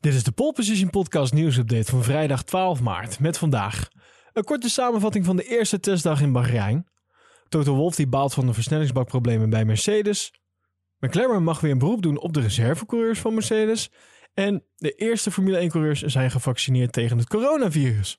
Dit is de Pole Position Podcast nieuwsupdate van vrijdag 12 maart. Met vandaag een korte samenvatting van de eerste testdag in Bahrein. Toto Wolff die baalt van de versnellingsbakproblemen bij Mercedes. McLaren mag weer een beroep doen op de reservecoureurs van Mercedes. En de eerste Formule 1-coureurs zijn gevaccineerd tegen het coronavirus.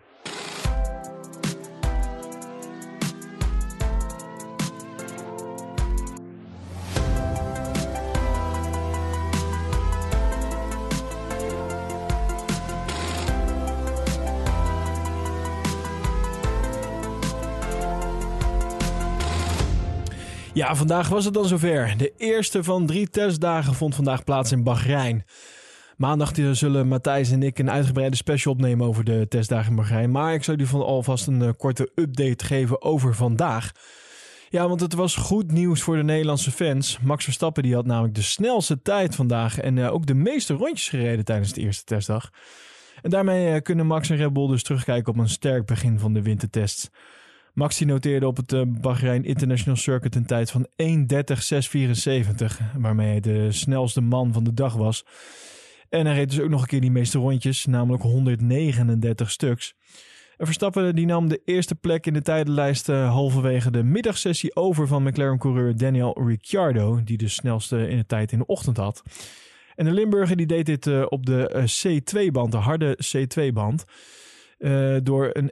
Ja, vandaag was het dan zover. De eerste van 3 testdagen vond vandaag plaats in Bahrein. Maandag zullen Matthijs en ik een uitgebreide special opnemen over de testdagen in Bahrein. Maar ik zal jullie alvast een korte update geven over vandaag. Ja, want het was goed nieuws voor de Nederlandse fans. Max Verstappen die had namelijk de snelste tijd vandaag en ook de meeste rondjes gereden tijdens de eerste testdag. En daarmee kunnen Max en Red Bull dus terugkijken op een sterk begin van de wintertests. Max die noteerde op het Bahrein International Circuit een tijd van 1:30.674, waarmee hij de snelste man van de dag was. En hij reed dus ook nog een keer die meeste rondjes, namelijk 139 stuks. En Verstappen die nam de eerste plek in de tijdenlijst halverwege de middagsessie over van McLaren-coureur Daniel Ricciardo, die de snelste in de tijd in de ochtend had. En de Limburger die deed dit op de C2-band, de harde C2-band. Door een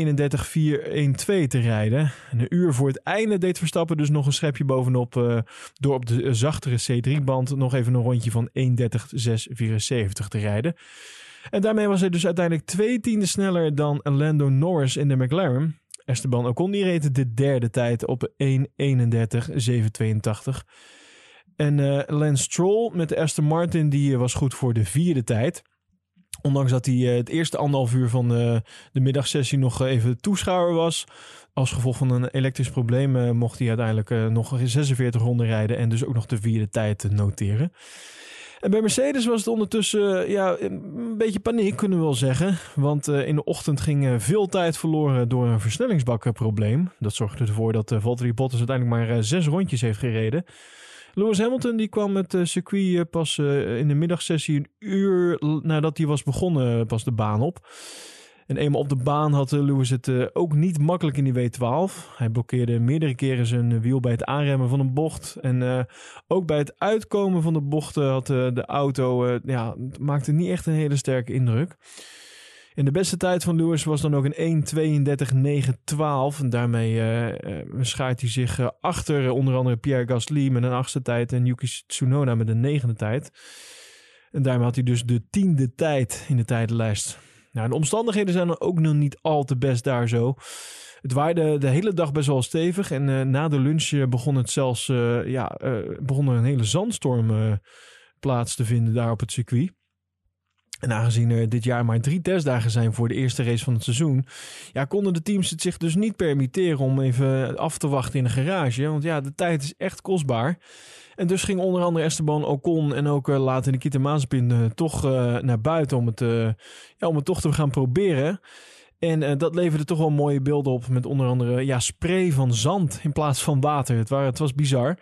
1:31.412 te rijden. En een uur voor het einde deed Verstappen dus nog een schepje bovenop. Door op de zachtere C3-band nog even een rondje van 1:30.674 te rijden. En daarmee was hij dus uiteindelijk 2 tienden sneller dan Lando Norris in de McLaren. Esteban Ocon die reed de derde tijd op 1:31.782. En Lance Stroll met de Aston Martin die was goed voor de 4e tijd. Ondanks dat hij het eerste 1,5 uur van de middagsessie nog even toeschouwer was. Als gevolg van een elektrisch probleem mocht hij uiteindelijk nog 46 ronden rijden. En dus ook nog de 4e tijd noteren. En bij Mercedes was het ondertussen een beetje paniek, kunnen we wel zeggen. Want in de ochtend ging veel tijd verloren door een versnellingsbakprobleem. Dat zorgde ervoor dat Valtteri Bottas uiteindelijk maar 6 rondjes heeft gereden. Lewis Hamilton die kwam het circuit pas in de middagsessie een uur nadat hij was begonnen pas de baan op. En eenmaal op de baan had Lewis het ook niet makkelijk in die W12. Hij blokkeerde meerdere keren zijn wiel bij het aanremmen van een bocht. En ook bij het uitkomen van de bocht had de auto maakte niet echt een hele sterke indruk. En de beste tijd van Lewis was dan ook een 1:32.912. En daarmee schaart hij zich achter onder andere Pierre Gasly met een 8e tijd en Yuki Tsunoda met een 9e tijd. En daarmee had hij dus de 10e tijd in de tijdenlijst. Nou, de omstandigheden zijn dan ook nog niet al te best daar zo. Het waaide de hele dag best wel stevig en na de lunch begon het zelfs begon er een hele zandstorm plaats te vinden daar op het circuit. En aangezien er dit jaar maar 3 testdagen zijn voor de eerste race van het seizoen, konden de teams het zich dus niet permitteren om even af te wachten in de garage. Want de tijd is echt kostbaar. En dus ging onder andere Esteban Ocon en ook later Nikita Mazepin toch naar buiten om het toch te gaan proberen. En dat leverde toch wel mooie beelden op met onder andere spray van zand in plaats van water. Het was bizar.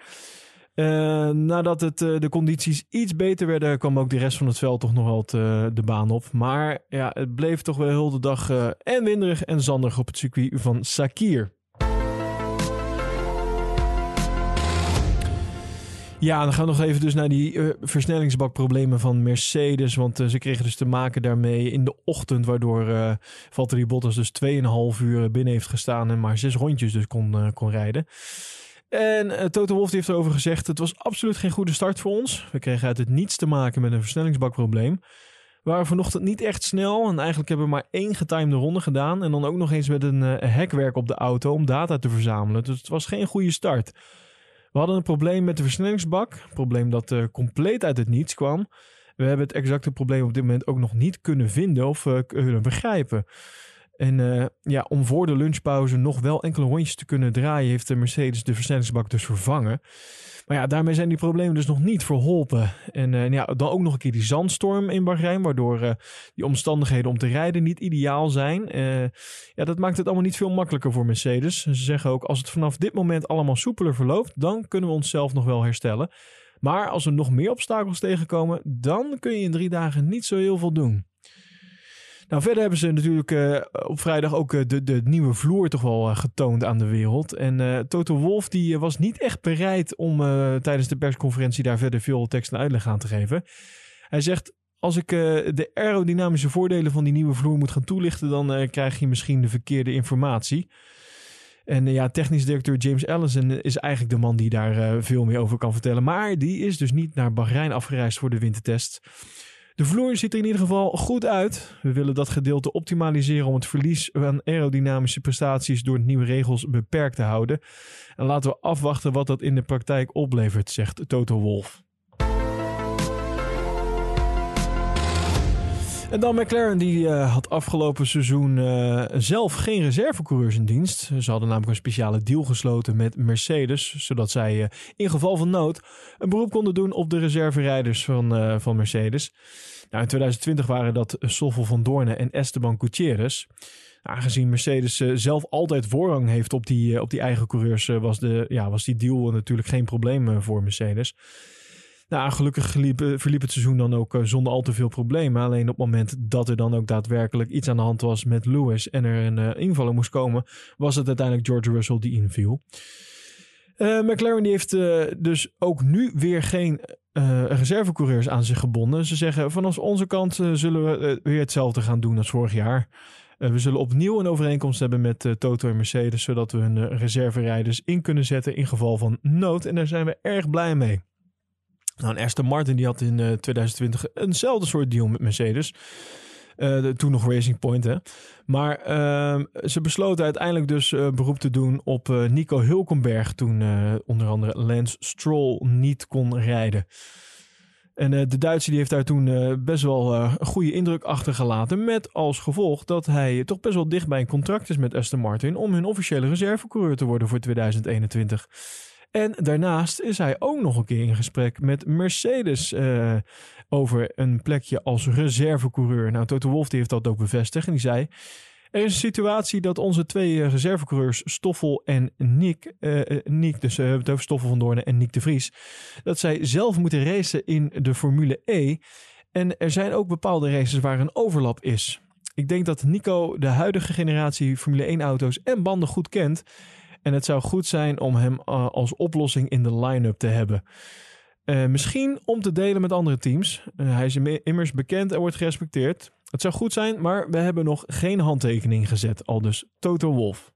Nadat de condities iets beter werden, kwam ook de rest van het veld toch nog wel de baan op. Maar het bleef toch wel heel de dag en winderig en zandig op het circuit van Sakhir. Ja, dan gaan we nog even dus naar die versnellingsbakproblemen van Mercedes. Want ze kregen dus te maken daarmee in de ochtend, waardoor Valtteri Bottas dus 2,5 uur binnen heeft gestaan en maar 6 rondjes dus kon rijden. En Toto Wolff heeft erover gezegd, het was absoluut geen goede start voor ons. We kregen uit het niets te maken met een versnellingsbakprobleem. We waren vanochtend niet echt snel en eigenlijk hebben we maar 1 getimede ronde gedaan. En dan ook nog eens met een hekwerk op de auto om data te verzamelen. Dus het was geen goede start. We hadden een probleem met de versnellingsbak. Een probleem dat compleet uit het niets kwam. We hebben het exacte probleem op dit moment ook nog niet kunnen vinden of kunnen begrijpen. En om voor de lunchpauze nog wel enkele rondjes te kunnen draaien, heeft de Mercedes de versnellingsbak dus vervangen. Maar daarmee zijn die problemen dus nog niet verholpen. En dan ook nog een keer die zandstorm in Bahrein, waardoor die omstandigheden om te rijden niet ideaal zijn. Dat maakt het allemaal niet veel makkelijker voor Mercedes. Ze zeggen ook, als het vanaf dit moment allemaal soepeler verloopt, dan kunnen we onszelf nog wel herstellen. Maar als er nog meer obstakels tegenkomen, dan kun je in 3 dagen niet zo heel veel doen. Nou, verder hebben ze natuurlijk op vrijdag ook de nieuwe vloer toch wel getoond aan de wereld. En Toto Wolff die was niet echt bereid om tijdens de persconferentie daar verder veel tekst en uitleg aan te geven. Hij zegt, als ik de aerodynamische voordelen van die nieuwe vloer moet gaan toelichten, dan krijg je misschien de verkeerde informatie. En technisch directeur James Allison is eigenlijk de man die daar veel meer over kan vertellen. Maar die is dus niet naar Bahrein afgereisd voor de wintertest. De vloer ziet er in ieder geval goed uit. We willen dat gedeelte optimaliseren om het verlies aan aerodynamische prestaties door de nieuwe regels beperkt te houden. En laten we afwachten wat dat in de praktijk oplevert, zegt Toto Wolff. En dan McLaren, die had afgelopen seizoen zelf geen reservecoureurs in dienst. Ze hadden namelijk een speciale deal gesloten met Mercedes, zodat zij in geval van nood een beroep konden doen op de reserverijders van Mercedes. Nou, in 2020 waren dat Stoffel van Doornen en Esteban Gutierrez. Aangezien Mercedes zelf altijd voorrang heeft op die eigen coureurs, was die deal natuurlijk geen probleem voor Mercedes. Nou, gelukkig verliep het seizoen dan ook zonder al te veel problemen. Alleen op het moment dat er dan ook daadwerkelijk iets aan de hand was met Lewis en er een invaller moest komen, was het uiteindelijk George Russell die inviel. McLaren die heeft dus ook nu weer geen reservecoureurs aan zich gebonden. Ze zeggen, vanaf onze kant zullen we weer hetzelfde gaan doen als vorig jaar. We zullen opnieuw een overeenkomst hebben met Toto en Mercedes, zodat we hun reserverijders in kunnen zetten in geval van nood. En daar zijn we erg blij mee. Nou, Aston Martin die had in 2020 eenzelfde soort deal met Mercedes. Toen nog Racing Point, hè. Maar ze besloten uiteindelijk dus beroep te doen op Nico Hülkenberg, toen onder andere Lance Stroll niet kon rijden. En de Duitser die heeft daar toen best wel een goede indruk achtergelaten, met als gevolg dat hij toch best wel dicht bij een contract is met Aston Martin om hun officiële reservecoureur te worden voor 2021. En daarnaast is hij ook nog een keer in gesprek met Mercedes over een plekje als reservecoureur. Nou, Toto Wolff die heeft dat ook bevestigd en die zei, er is een situatie dat onze 2 reservecoureurs Stoffel en Nick, dus we hebben het over Stoffel van Doornen en Nick de Vries, dat zij zelf moeten racen in de Formule E. En er zijn ook bepaalde races waar een overlap is. Ik denk dat Nico de huidige generatie Formule 1 auto's en banden goed kent. En het zou goed zijn om hem als oplossing in de line-up te hebben. Misschien om te delen met andere teams. Hij is immers bekend en wordt gerespecteerd. Het zou goed zijn, maar we hebben nog geen handtekening gezet. Aldus Toto Wolff.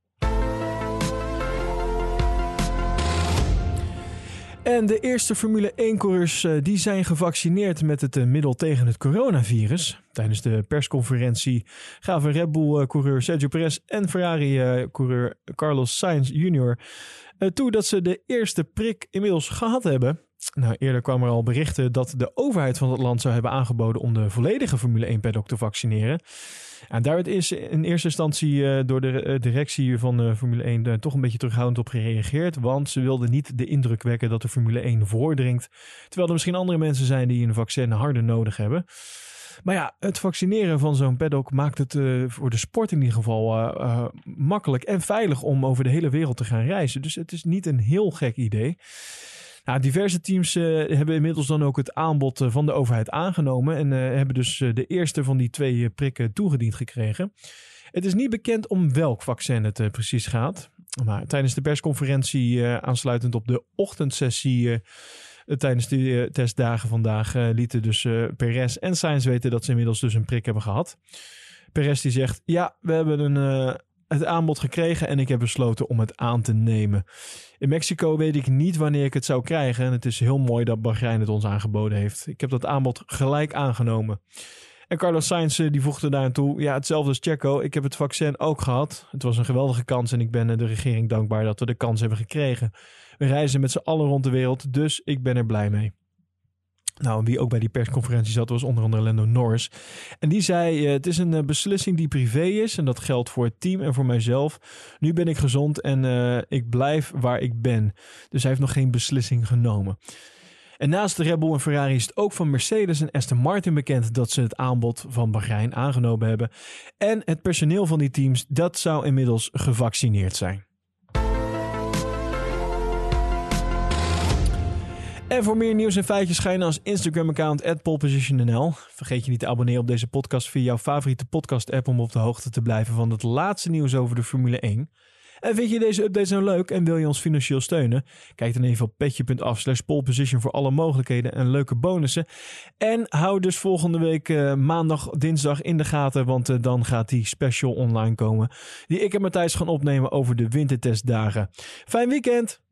En de eerste Formule 1-coureurs die zijn gevaccineerd met het middel tegen het coronavirus. Tijdens de persconferentie gaven Red Bull-coureur Sergio Perez en Ferrari-coureur Carlos Sainz Jr. Toe dat ze de eerste prik inmiddels gehad hebben. Nou, eerder kwamen er al berichten dat de overheid van het land zou hebben aangeboden om de volledige Formule 1 paddock te vaccineren. En daar is in eerste instantie door de directie van Formule 1 toch een beetje terughoudend op gereageerd. Want ze wilden niet de indruk wekken dat de Formule 1 voordringt. Terwijl er misschien andere mensen zijn die een vaccin harder nodig hebben. Maar ja, het vaccineren van zo'n paddock maakt het voor de sport in ieder geval makkelijk en veilig om over de hele wereld te gaan reizen. Dus het is niet een heel gek idee. Nou, diverse teams hebben inmiddels dan ook het aanbod van de overheid aangenomen en hebben dus de eerste van die 2 prikken toegediend gekregen. Het is niet bekend om welk vaccin het precies gaat. Maar tijdens de persconferentie aansluitend op de ochtendsessie tijdens de testdagen vandaag lieten dus Perez en Sainz weten dat ze inmiddels dus een prik hebben gehad. Perez die zegt, ja, we hebben het aanbod gekregen en ik heb besloten om het aan te nemen. In Mexico weet ik niet wanneer ik het zou krijgen en het is heel mooi dat Bahrein het ons aangeboden heeft. Ik heb dat aanbod gelijk aangenomen. En Carlos Sainz die voegde daar aan toe, ja, hetzelfde als Checo, ik heb het vaccin ook gehad. Het was een geweldige kans en ik ben de regering dankbaar dat we de kans hebben gekregen. We reizen met z'n allen rond de wereld, dus ik ben er blij mee. Nou, wie ook bij die persconferentie zat was onder andere Lando Norris. En die zei, het is een beslissing die privé is en dat geldt voor het team en voor mijzelf. Nu ben ik gezond en ik blijf waar ik ben. Dus hij heeft nog geen beslissing genomen. En naast de Red Bull en Ferrari is het ook van Mercedes en Aston Martin bekend dat ze het aanbod van Bahrein aangenomen hebben. En het personeel van die teams, dat zou inmiddels gevaccineerd zijn. En voor meer nieuws en feitjes ga je naar ons Instagram-account @polepositionnl. Vergeet je niet te abonneren op deze podcast via jouw favoriete podcast-app om op de hoogte te blijven van het laatste nieuws over de Formule 1. En vind je deze updates nou leuk en wil je ons financieel steunen? Kijk dan even op petje.af/poleposition voor alle mogelijkheden en leuke bonussen. En hou dus volgende week maandag, dinsdag in de gaten, want dan gaat die special online komen die ik en Matthijs gaan opnemen over de wintertestdagen. Fijn weekend!